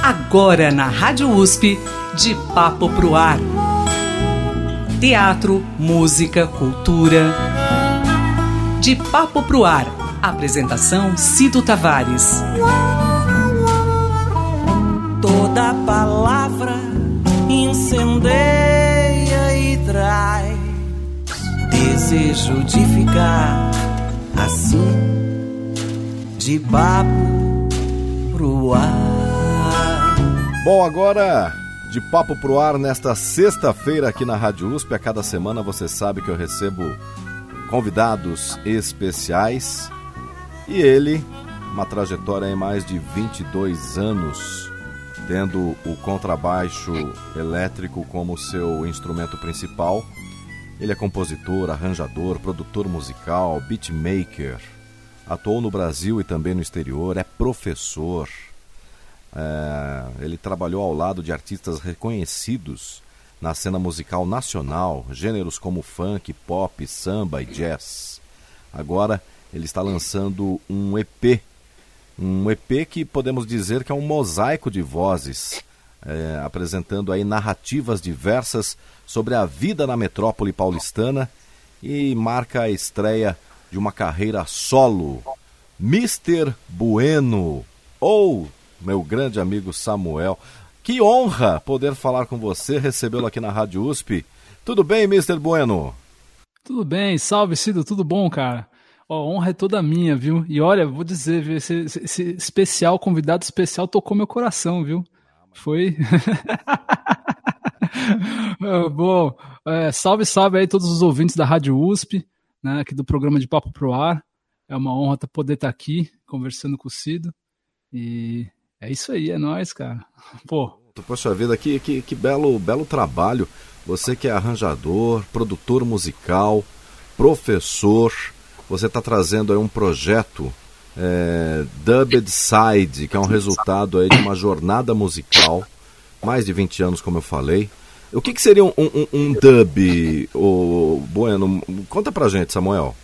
Agora na Rádio USP, de Papo pro Ar. Teatro, música, cultura. De Papo pro Ar. Apresentação Cido Tavares. Toda palavra incendeia e traz desejo de ficar assim, de papo pro ar. Bom, agora de Papo pro Ar nesta sexta-feira aqui na Rádio USP. A cada semana você sabe que eu recebo convidados especiais. E ele, uma trajetória em mais de 22 anos, tendo o contrabaixo elétrico como seu instrumento principal. Ele é compositor, arranjador, produtor musical, beatmaker. Atuou no Brasil e também no exterior, é professor. Ele trabalhou ao lado de artistas reconhecidos na cena musical nacional, gêneros como funk, pop, samba e jazz. Agora ele está lançando um EP que podemos dizer que é um mosaico de vozes, apresentando aí narrativas diversas sobre a vida na metrópole paulistana, e marca a estreia de uma carreira solo. Mr. Bueno, ou meu grande amigo Samuel. Que honra poder falar com você, recebê-lo aqui na Rádio USP. Tudo bem, Mr. Bueno? Tudo bem, salve Cido, tudo bom, cara? A honra é toda minha, viu? E olha, vou dizer, viu? Esse especial, convidado especial, tocou meu coração, viu? Foi... Bom, salve aí todos os ouvintes da Rádio USP, né, aqui do programa de Papo pro Ar. É uma honra poder estar aqui, conversando com o Cido. E é isso aí, é nóis, cara. Pô. Poxa vida, que belo trabalho. Você que é arranjador, produtor musical, professor, você está trazendo aí um projeto Dubbed Side, que é um resultado aí de uma jornada musical, mais de 20 anos, como eu falei. O que seria um dub, Bueno? Conta pra gente, Samuel.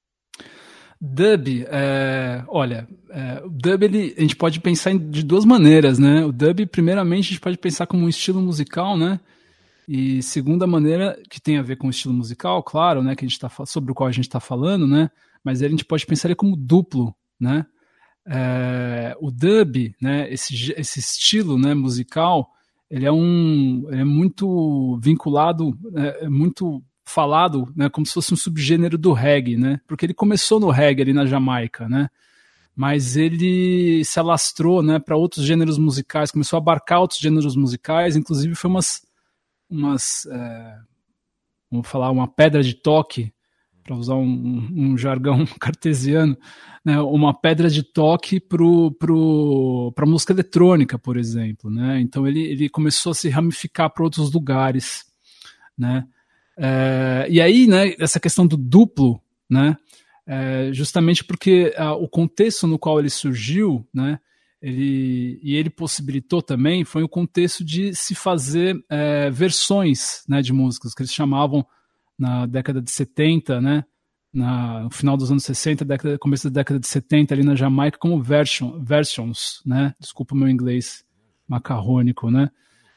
Dub, o dub a gente pode pensar de duas maneiras, né? O dub, primeiramente, a gente pode pensar como um estilo musical, né? E segunda maneira, que tem a ver com o estilo musical, claro, né? Que a gente sobre o qual a gente está falando, né? Mas a gente pode pensar ele como duplo, né? O dub, né? Esse estilo, né, musical, ele é muito vinculado, muito falado, né, como se fosse um subgênero do reggae, né? Porque ele começou no reggae ali na Jamaica, né? Mas ele se alastrou, né, para outros gêneros musicais, começou a abarcar outros gêneros musicais, inclusive foi vamos falar, uma pedra de toque, para usar um jargão cartesiano, né, uma pedra de toque para música eletrônica, por exemplo, né? Então ele começou a se ramificar para outros lugares, né? E aí, né, essa questão do duplo, né, justamente porque o contexto no qual ele surgiu, né, ele possibilitou também, foi o contexto de se fazer versões, né, de músicas, que eles chamavam na década de 70, né, no final dos anos 60, começo da década de 70, ali na Jamaica, como versions, né, desculpa o meu inglês macarrônico, né.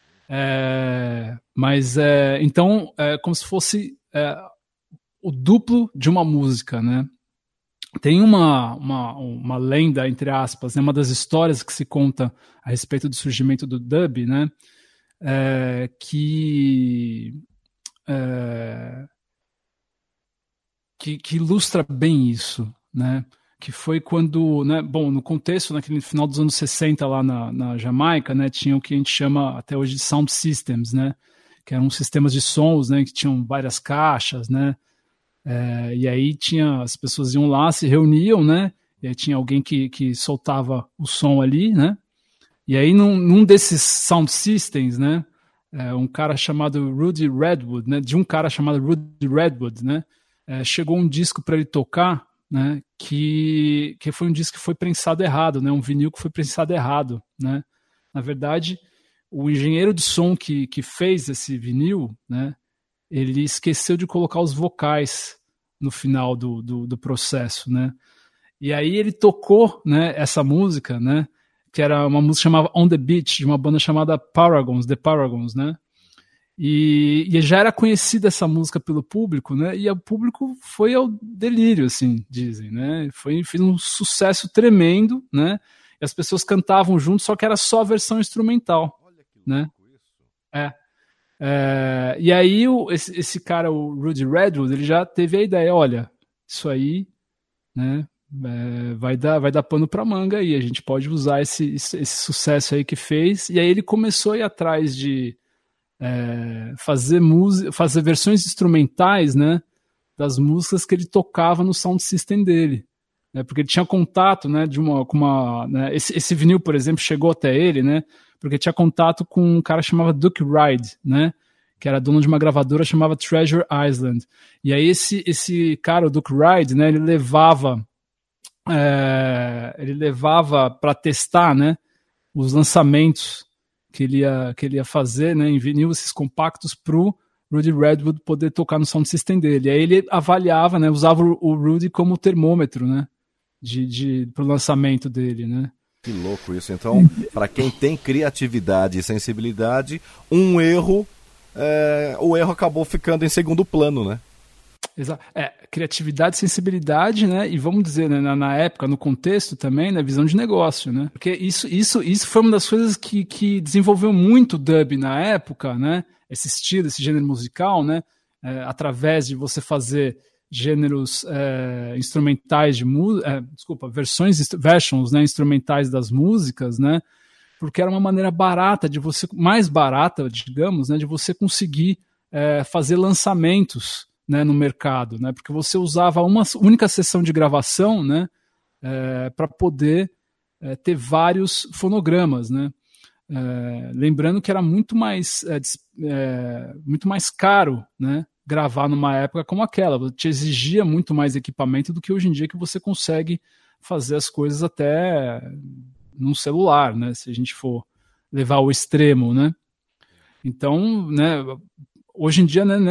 Então, como se fosse o duplo de uma música, né? Tem uma lenda, entre aspas, né? Uma das histórias que se conta a respeito do surgimento do dub, né? Que ilustra bem isso, né? Que foi quando, né, bom, no contexto, naquele final dos anos 60 lá na Jamaica, né, tinha o que a gente chama até hoje de sound systems, né, que eram sistemas de sons, né, que tinham várias caixas, né, e aí as pessoas iam lá, se reuniam, né, e aí tinha alguém que soltava o som ali, né, e aí num desses sound systems, né, um cara chamado Rudy Redwood, né, chegou um disco para ele tocar, né, que foi um disco que foi prensado errado, né, um vinil que foi prensado errado, né. Na verdade, o engenheiro de som que fez esse vinil, né, ele esqueceu de colocar os vocais no final do processo, né. E aí ele tocou, né, essa música, né, que era uma música chamada On the Beach, de uma banda chamada Paragons, The Paragons, né? E já era conhecida essa música pelo público, né? E o público foi ao delírio, assim, dizem, né? Fez um sucesso tremendo, né? E as pessoas cantavam junto, só que era só a versão instrumental, né? E aí esse cara, o Rudy Redwood, ele já teve a ideia, olha, isso aí, né? Vai dar pano pra manga aí, a gente pode usar esse sucesso aí que fez. E aí ele começou a ir atrás de fazer versões instrumentais, né, das músicas que ele tocava no sound system dele, né, porque ele tinha contato, né, né, esse vinil, por exemplo, chegou até ele, né, porque tinha contato com um cara que chamava Duke Ride, né, que era dono de uma gravadora chamava Treasure Island. E aí esse cara, o Duke Ride, né, ele levava para testar, né, os lançamentos que ele ia fazer, né, em vinil, esses compactos pro Rudy Redwood poder tocar no sound system dele. Aí ele avaliava, né, usava o Rudy como termômetro, né, pro lançamento dele, né. Que louco isso. Então, para quem tem criatividade e sensibilidade, o erro acabou ficando em segundo plano, né? Exato. Criatividade, sensibilidade, né? E vamos dizer, né, na época, no contexto também, né, visão de negócio, né? Porque isso foi uma das coisas que desenvolveu muito o dub na época, né? Esse estilo, esse gênero musical, né? Através de você fazer gêneros instrumentais de música, versions, né, instrumentais das músicas, né? Porque era uma maneira barata mais barata, digamos, né, de você conseguir fazer lançamentos, né, no mercado, né, porque você usava uma única sessão de gravação, né, para poder ter vários fonogramas, né. Lembrando que era muito mais caro, né, gravar numa época como aquela, te exigia muito mais equipamento do que hoje em dia, que você consegue fazer as coisas até num celular, né, se a gente for levar ao extremo, né. Então, né, hoje em dia, né,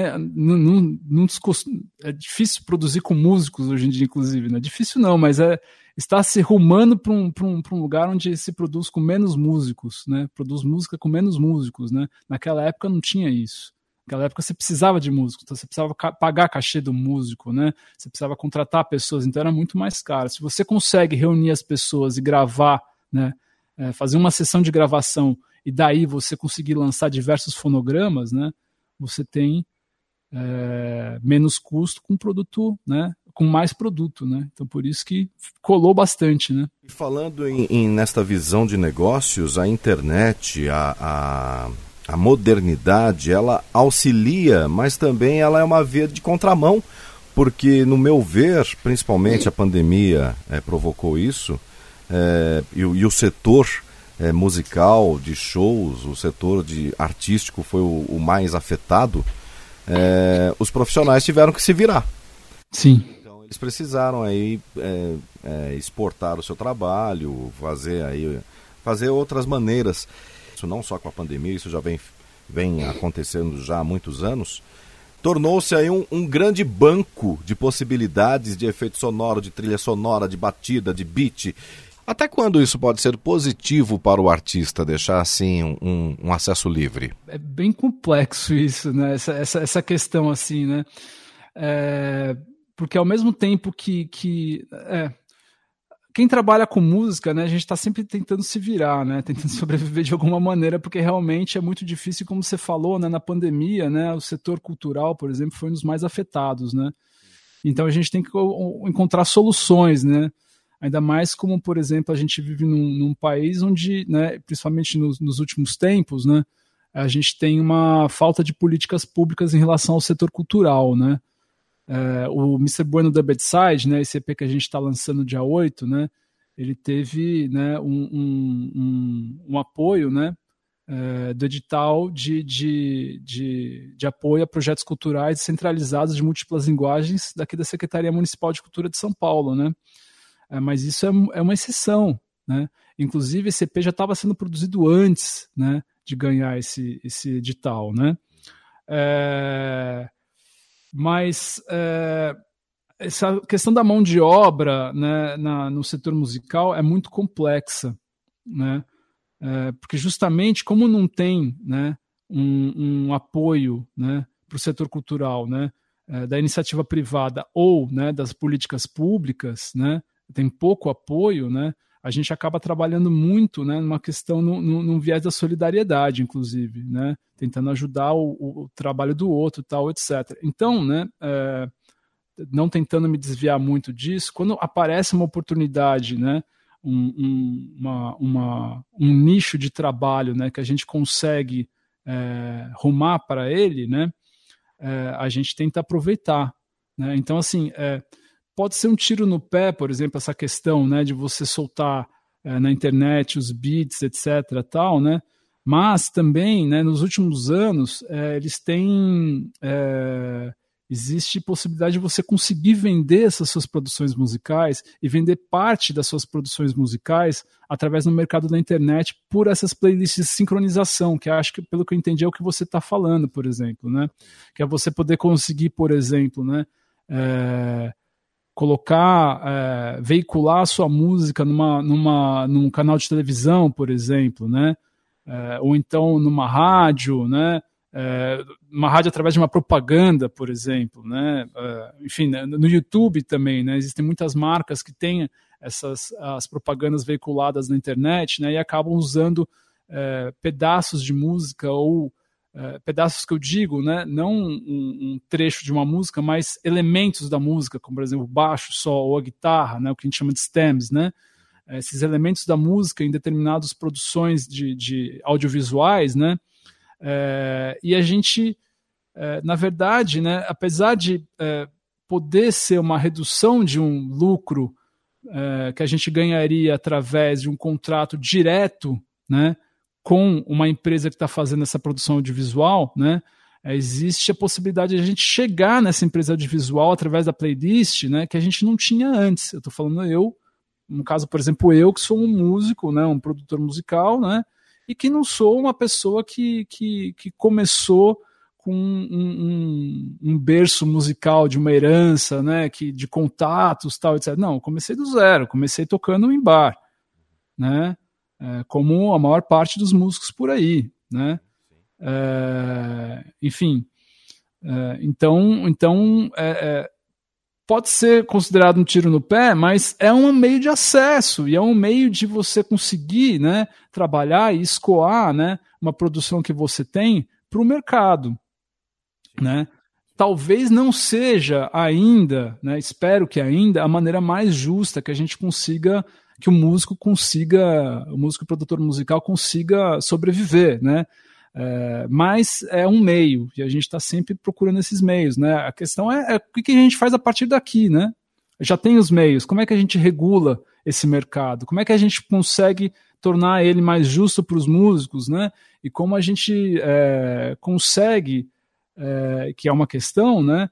é difícil produzir com músicos hoje em dia, inclusive, né? Difícil não, mas está se rumando para um lugar onde se produz com menos músicos, né? Produz música com menos músicos, né? Naquela época não tinha isso. Naquela época você precisava de músicos, então você precisava pagar cachê do músico, né? Você precisava contratar pessoas, então era muito mais caro. Se você consegue reunir as pessoas e gravar, né? Fazer uma sessão de gravação e daí você conseguir lançar diversos fonogramas, né? Você tem menos custo com produto, né? Com mais produto, né? Então por isso que colou bastante, né? E falando nesta visão de negócios, a internet, a modernidade, ela auxilia, mas também ela é uma via de contramão, porque no meu ver, principalmente a pandemia provocou isso, e o setor musical, de shows, o setor artístico foi o mais afetado, os profissionais tiveram que se virar. Sim. Então eles precisaram aí exportar o seu trabalho, fazer outras maneiras. Isso não só com a pandemia, isso já vem acontecendo já há muitos anos. Tornou-se aí um grande banco de possibilidades de efeito sonoro, de trilha sonora, de batida, de beat. Até quando isso pode ser positivo para o artista, deixar assim um acesso livre? É bem complexo isso, né? Essa questão assim, né? Porque ao mesmo tempo que quem trabalha com música, né, a gente está sempre tentando se virar, né? Tentando sobreviver de alguma maneira, porque realmente é muito difícil, como você falou, né? Na pandemia, né? O setor cultural, por exemplo, foi um dos mais afetados, né? Então a gente tem que encontrar soluções, né? Ainda mais como, por exemplo, a gente vive num país onde, né, principalmente nos últimos tempos, né, a gente tem uma falta de políticas públicas em relação ao setor cultural, né. O Mr. Bueno The Bedside, né, esse EP que a gente está lançando dia 8, né, ele teve, né, um apoio, né, do edital de apoio a projetos culturais descentralizados de múltiplas linguagens daqui da Secretaria Municipal de Cultura de São Paulo, né. Mas isso é uma exceção, né? Inclusive esse EP já estava sendo produzido antes, né, de ganhar esse edital, né? Mas essa questão da mão de obra, né, no setor musical é muito complexa, né? Porque justamente como não tem, né, um apoio, né, para o setor cultural, né, da iniciativa privada ou, né, das políticas públicas, né, tem pouco apoio, né, a gente acaba trabalhando muito, né, numa questão, num viés da solidariedade, inclusive, né, tentando ajudar o trabalho do outro, tal, etc. Então, né, não tentando me desviar muito disso, quando aparece uma oportunidade, né, um nicho de trabalho, né, que a gente consegue rumar para ele, né, a gente tenta aproveitar, né? Então, assim, pode ser um tiro no pé, por exemplo, essa questão, né, de você soltar na internet os beats, etc., tal, né? Mas também, né, nos últimos anos, eles têm... existe possibilidade de você conseguir vender essas suas produções musicais e vender parte das suas produções musicais através do mercado da internet por essas playlists de sincronização, que acho que, pelo que eu entendi, é o que você está falando, por exemplo, né? Que é você poder conseguir, por exemplo, né, colocar, veicular a sua música num canal de televisão, por exemplo, né? Ou então numa rádio, né? Uma rádio através de uma propaganda, por exemplo, né? Enfim, no YouTube também, né? Existem muitas marcas que têm as propagandas veiculadas na internet, né? E acabam usando pedaços de música ou pedaços que eu digo, né? Não um trecho de uma música, mas elementos da música, como por exemplo o baixo só ou a guitarra, né? O que a gente chama de stems, né? Esses elementos da música em determinadas produções de audiovisuais, né? E a gente, na verdade, né, apesar de poder ser uma redução de um lucro que a gente ganharia através de um contrato direto, né, com uma empresa que está fazendo essa produção audiovisual, né, existe a possibilidade de a gente chegar nessa empresa audiovisual através da playlist, né, que a gente não tinha antes. Eu estou falando no caso, por exemplo, eu que sou um músico, né, um produtor musical, né, e que não sou uma pessoa que começou com um berço musical de uma herança, né, de contatos, tal, etc. Não, eu comecei do zero, comecei tocando em bar, né, como a maior parte dos músicos por aí, né. Enfim, então pode ser considerado um tiro no pé, mas é um meio de acesso e é um meio de você conseguir, né, trabalhar e escoar, né, uma produção que você tem para o mercado, né? Talvez não seja ainda, né, espero que ainda, a maneira mais justa que a gente consiga, que o músico e produtor musical consiga sobreviver, né? Mas é um meio, e a gente está sempre procurando esses meios, né? A questão é o que a gente faz a partir daqui, né? Já tem os meios, como é que a gente regula esse mercado? Como é que a gente consegue tornar ele mais justo para os músicos, né? E como a gente consegue, que é uma questão, né?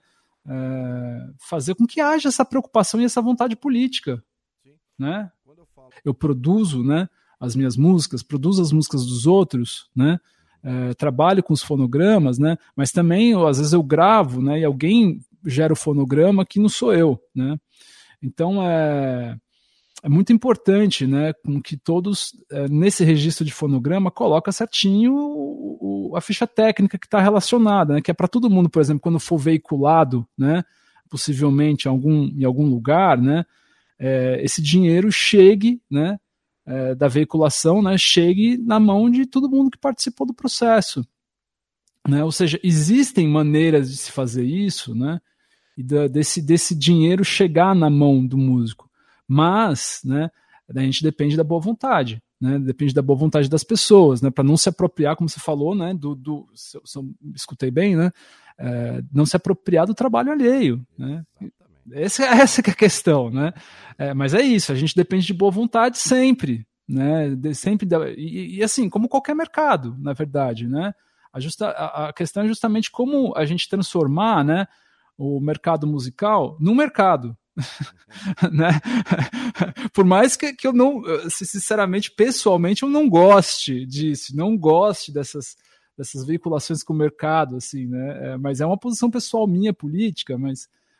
Fazer com que haja essa preocupação e essa vontade política, né? Eu produzo, né, as minhas músicas, produzo as músicas dos outros, né? Trabalho com os fonogramas, né? Mas também, às vezes, eu gravo, né? E alguém gera o fonograma que não sou eu, né? Então, é muito importante, né? Com que todos, nesse registro de fonograma, coloca certinho a ficha técnica que está relacionada, né? Que é para todo mundo, por exemplo, quando for veiculado, né? Possivelmente em algum lugar, né? Esse dinheiro chegue, né? Da veiculação, né, chegue na mão de todo mundo que participou do processo, né? Ou seja, existem maneiras de se fazer isso, né, e desse dinheiro chegar na mão do músico, mas, né, a gente depende da boa vontade, né, depende da boa vontade das pessoas, né, para não se apropriar, como você falou, né, se eu escutei bem, né, não se apropriar do trabalho alheio, né? Essa que é a questão, né? Mas é isso, a gente depende de boa vontade sempre, né? E assim, como qualquer mercado, na verdade, né? A questão é justamente como a gente transformar, né, o mercado musical num mercado, né? Por mais que eu não, sinceramente, pessoalmente, eu não goste disso, não goste dessas veiculações com o mercado, assim, né? Mas é uma posição pessoal minha, política, mas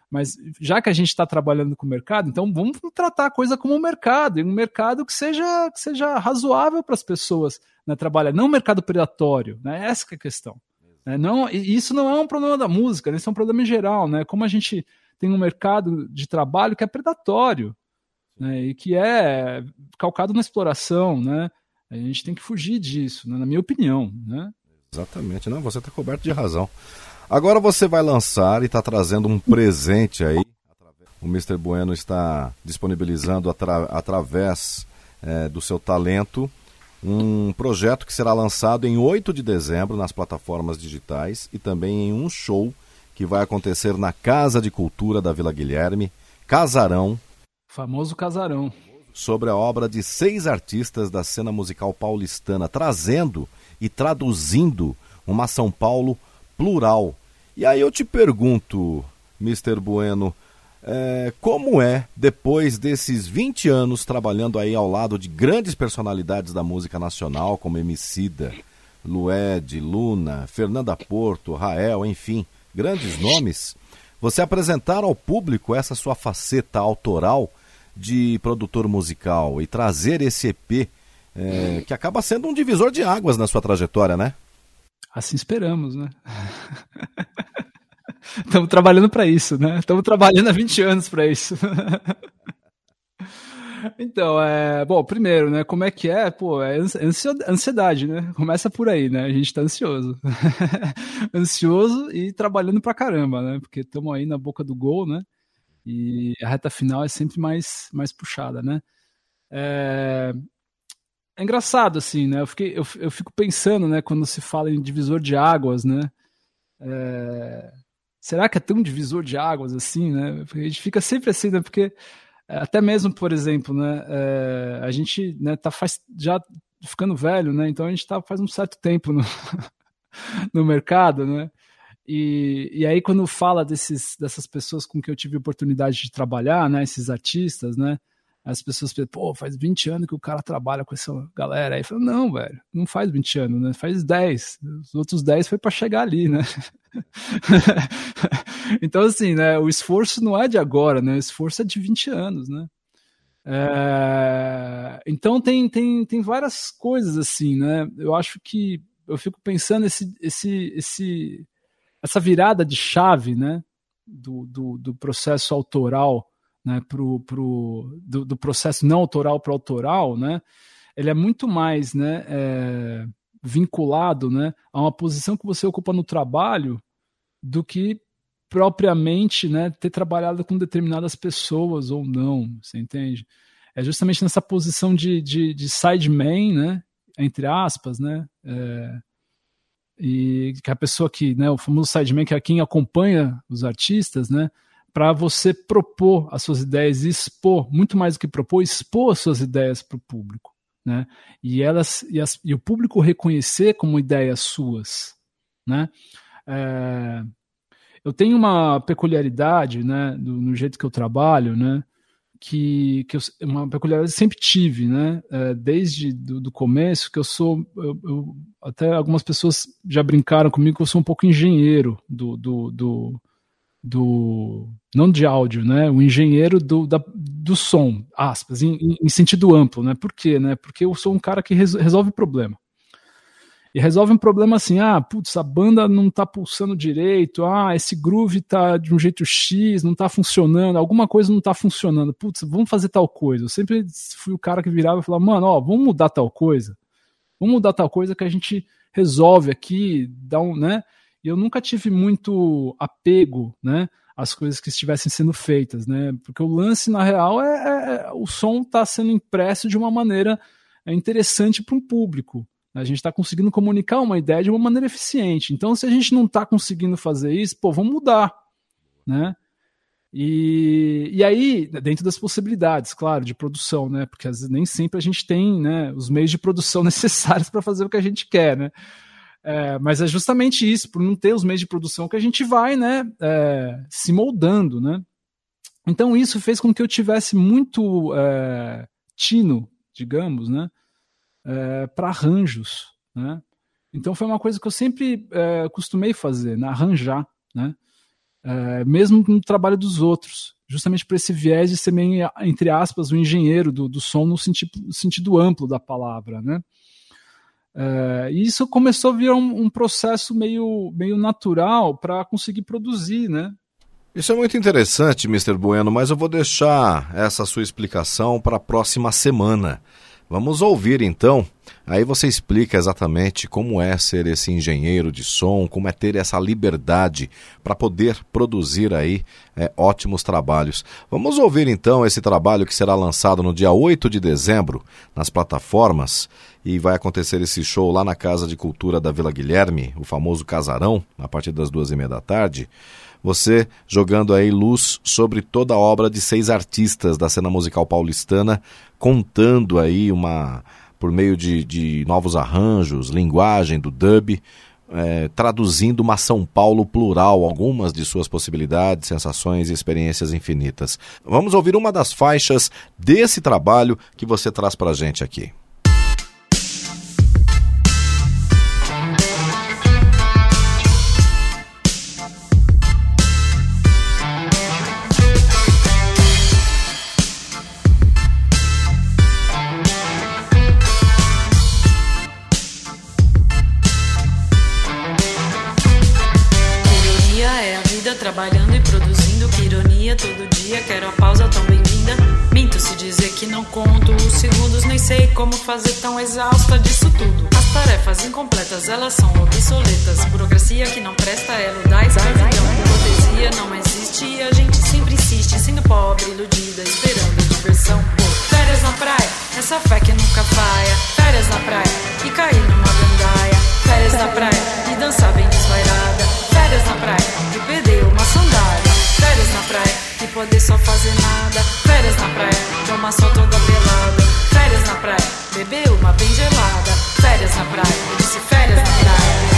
Mas já que a gente está trabalhando com o mercado, então vamos tratar a coisa como um mercado, e um mercado que seja razoável para as pessoas, né, trabalhar, não um mercado predatório, né, essa que é a questão. Né, não, e isso não é um problema da música, né, isso é um problema em geral, né, como a gente tem um mercado de trabalho que é predatório, né, e que é calcado na exploração, né, a gente tem que fugir disso, né, na minha opinião, né. Exatamente, não, você está coberto de razão. Agora você vai lançar e está trazendo um presente aí. O Mr. Bueno está disponibilizando através do seu talento um projeto que será lançado em 8 de dezembro nas plataformas digitais e também em um show que vai acontecer na Casa de Cultura da Vila Guilherme, Casarão. Famoso Casarão. Sobre a obra de 6 artistas da cena musical paulistana, trazendo e traduzindo uma São Paulo plural. E aí eu te pergunto, Mr. Bueno, como é, depois desses 20 anos trabalhando aí ao lado de grandes personalidades da música nacional, como Emicida, Lued, Luna, Fernanda Porto, Rael, enfim, grandes nomes, você apresentar ao público essa sua faceta autoral de produtor musical e trazer esse EP, que acaba sendo um divisor de águas na sua trajetória, né? Assim esperamos, né? Estamos trabalhando para isso, né? Estamos trabalhando há 20 anos para isso. Então, bom, primeiro, né? Como é que é? Pô, é ansiedade, né? Começa por aí, né? A gente tá ansioso. Ansioso e trabalhando pra caramba, né? Porque estamos aí na boca do gol, né? E a reta final é sempre mais puxada, né? É engraçado, assim, né? Eu fico pensando, né? Quando se fala em divisor de águas, né? Será que é tão divisor de águas assim, né? Porque a gente fica sempre assim, né? Porque até mesmo, por exemplo, né? A gente, né, já ficando velho, né? Então a gente faz um certo tempo no mercado, né? E aí quando fala dessas pessoas com que eu tive oportunidade de trabalhar, né? Esses artistas, né? As pessoas pensam, pô, faz 20 anos que o cara trabalha com essa galera. Aí fala, não, velho, não faz 20 anos, né? Faz 10. Os outros 10 foi para chegar ali, né? Então, assim, né? O esforço não é de agora, né? O esforço é de 20 anos, né? Então tem várias coisas, assim, né? Eu acho que eu fico pensando essa virada de chave, né? Do processo autoral, né, do processo não autoral para autoral, né, ele é muito mais, né, vinculado, né, a uma posição que você ocupa no trabalho do que propriamente, né, ter trabalhado com determinadas pessoas ou não, você entende? É justamente nessa posição de sideman, né, entre aspas, né, e que a pessoa que, né, o famoso sideman, que é quem acompanha os artistas, né, para você propor as suas ideias e expor, muito mais do que propor, expor as suas ideias para o público, né? E o público reconhecer como ideias suas, né? Eu tenho uma peculiaridade, né, no jeito que eu trabalho, né, uma peculiaridade que sempre tive, né, desde do começo, que eu sou, até algumas pessoas já brincaram comigo que eu sou um pouco engenheiro não de áudio, né, o engenheiro do som, aspas, em sentido amplo, né, por quê, né, porque eu sou um cara que resolve problema. E resolve um problema assim, putz, a banda não tá pulsando direito, esse groove tá de um jeito X, não tá funcionando, alguma coisa não tá funcionando, putz, vamos fazer tal coisa. Eu sempre fui o cara que virava e falava, mano, vamos mudar tal coisa que a gente resolve aqui, né? E eu nunca tive muito apego, né, às coisas que estivessem sendo feitas, né? Porque o lance, na real, o som tá sendo impresso de uma maneira interessante para um público. A gente está conseguindo comunicar uma ideia de uma maneira eficiente. Então, se a gente não está conseguindo fazer isso, vamos mudar, né? E aí, dentro das possibilidades, claro, de produção, né? Porque às vezes nem sempre a gente tem, né, os meios de produção necessários para fazer o que a gente quer, né? Mas é justamente isso, por não ter os meios de produção, que a gente vai, né, se moldando, né? Então, isso fez com que eu tivesse muito tino, digamos, né? Para arranjos, né? Então foi uma coisa que eu sempre costumei fazer, né? Arranjar, né? mesmo no trabalho dos outros, justamente por esse viés de ser meio, entre aspas, o engenheiro do som no sentido amplo da palavra, né? E isso começou a virar um processo meio natural para conseguir produzir, né? Isso é muito interessante, Mr. Bueno, mas eu vou deixar essa sua explicação para a próxima semana. Vamos ouvir então, aí você explica exatamente como é ser esse engenheiro de som, como é ter essa liberdade para poder produzir aí ótimos trabalhos. Vamos ouvir então esse trabalho que será lançado no dia 8 de dezembro nas plataformas e vai acontecer esse show lá na Casa de Cultura da Vila Guilherme, o famoso Casarão, a partir das 2h30. Você jogando aí luz sobre toda a obra de 6 artistas da cena musical paulistana, contando aí por meio de novos arranjos, linguagem do dub, traduzindo uma São Paulo plural, algumas de suas possibilidades, sensações e experiências infinitas. Vamos ouvir uma das faixas desse trabalho que você traz pra gente aqui. Trabalhando e produzindo, que ironia, todo dia quero a pausa tão bem-vinda. Minto se dizer que não conto os segundos, nem sei como fazer tão exausta disso tudo. As tarefas incompletas, elas são obsoletas. Burocracia que não presta, elo da escravidão. Hipotesia não existe e a gente sempre insiste, sendo pobre, iludida, esperando diversão. Férias na praia, essa fé que nunca falha. Férias na praia e cair numa gandaia. Férias na praia e dançar bem desvairada. Férias na praia e perder uma sandália. Férias na praia e poder só fazer nada. Férias na praia, tomar sol toda pelada. Férias na praia, beber uma bem gelada. Férias na praia, eu disse férias na praia.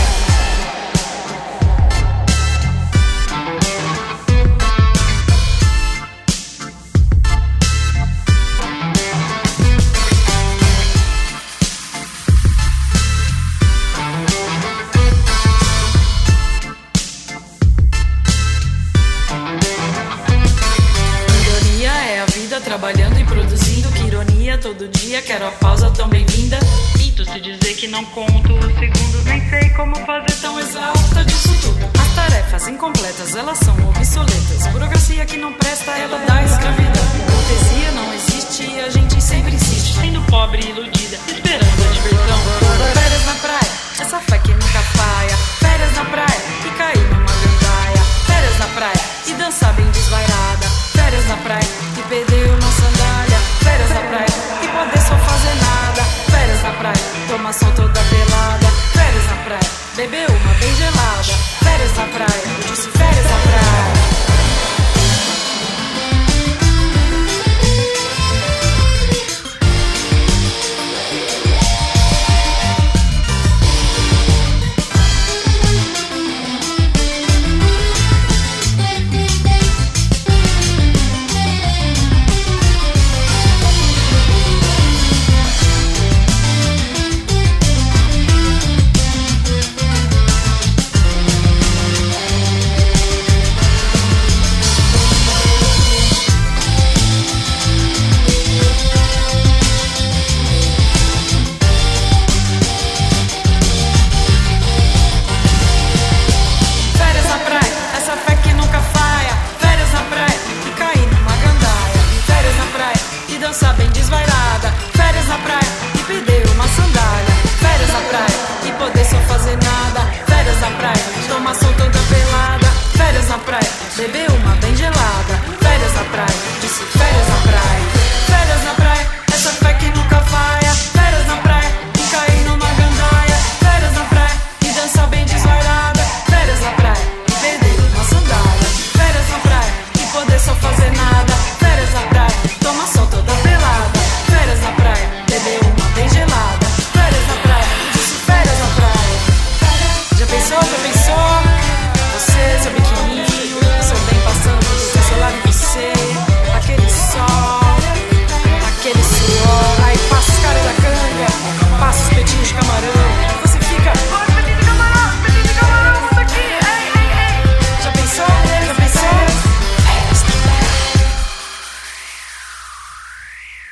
Trabalhando e produzindo, que ironia, todo dia quero a pausa tão bem-vinda. Minto se dizer que não conto os segundos, nem sei como fazer tão exausta disso tudo. As tarefas incompletas, elas são obsoletas. Burocracia que não presta, ela dá escravidão. Cortesia não existe e a gente sempre insiste, sendo pobre e iludida, esperando a diversão. Férias na praia, essa fé que nunca falha. Férias na praia e cair numa gandaia. Férias na praia e dançar bem desvairada. Férias na praia e perder uma sandália. Férias na praia e poder só fazer nada. Férias na praia, tomar sol toda pelada. Férias na praia, beber uma bem gelada. Férias na praia, eu disse férias na praia.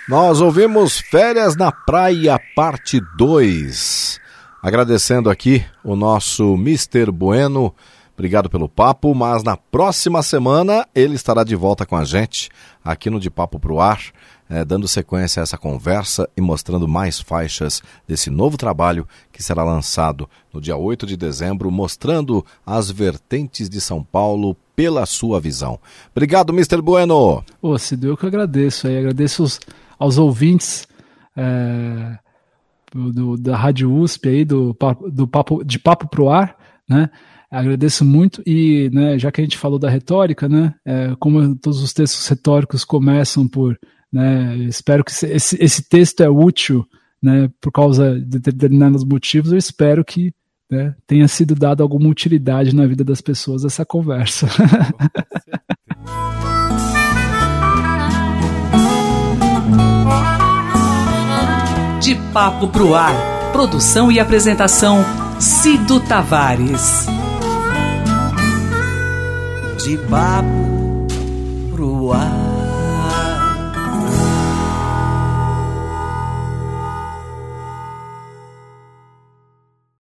Nós ouvimos Férias na Praia, parte 2. Agradecendo aqui o nosso Mr. Bueno. Obrigado pelo papo, mas na próxima semana ele estará de volta com a gente aqui no De Papo Pro Ar, dando sequência a essa conversa e mostrando mais faixas desse novo trabalho que será lançado no dia 8 de dezembro, mostrando as vertentes de São Paulo pela sua visão. Obrigado, Mr. Bueno. Cid, eu que agradeço aí, agradeço aos ouvintes da Rádio USP aí, de Papo Pro Ar, né? Agradeço muito e, né, já que a gente falou da retórica, né, como todos os textos retóricos começam por, né, espero que esse texto é útil, né, por causa de determinados motivos, eu espero que, né, tenha sido dado alguma utilidade na vida das pessoas essa conversa. De Papo Pro Ar, produção e apresentação Cido Tavares. De papo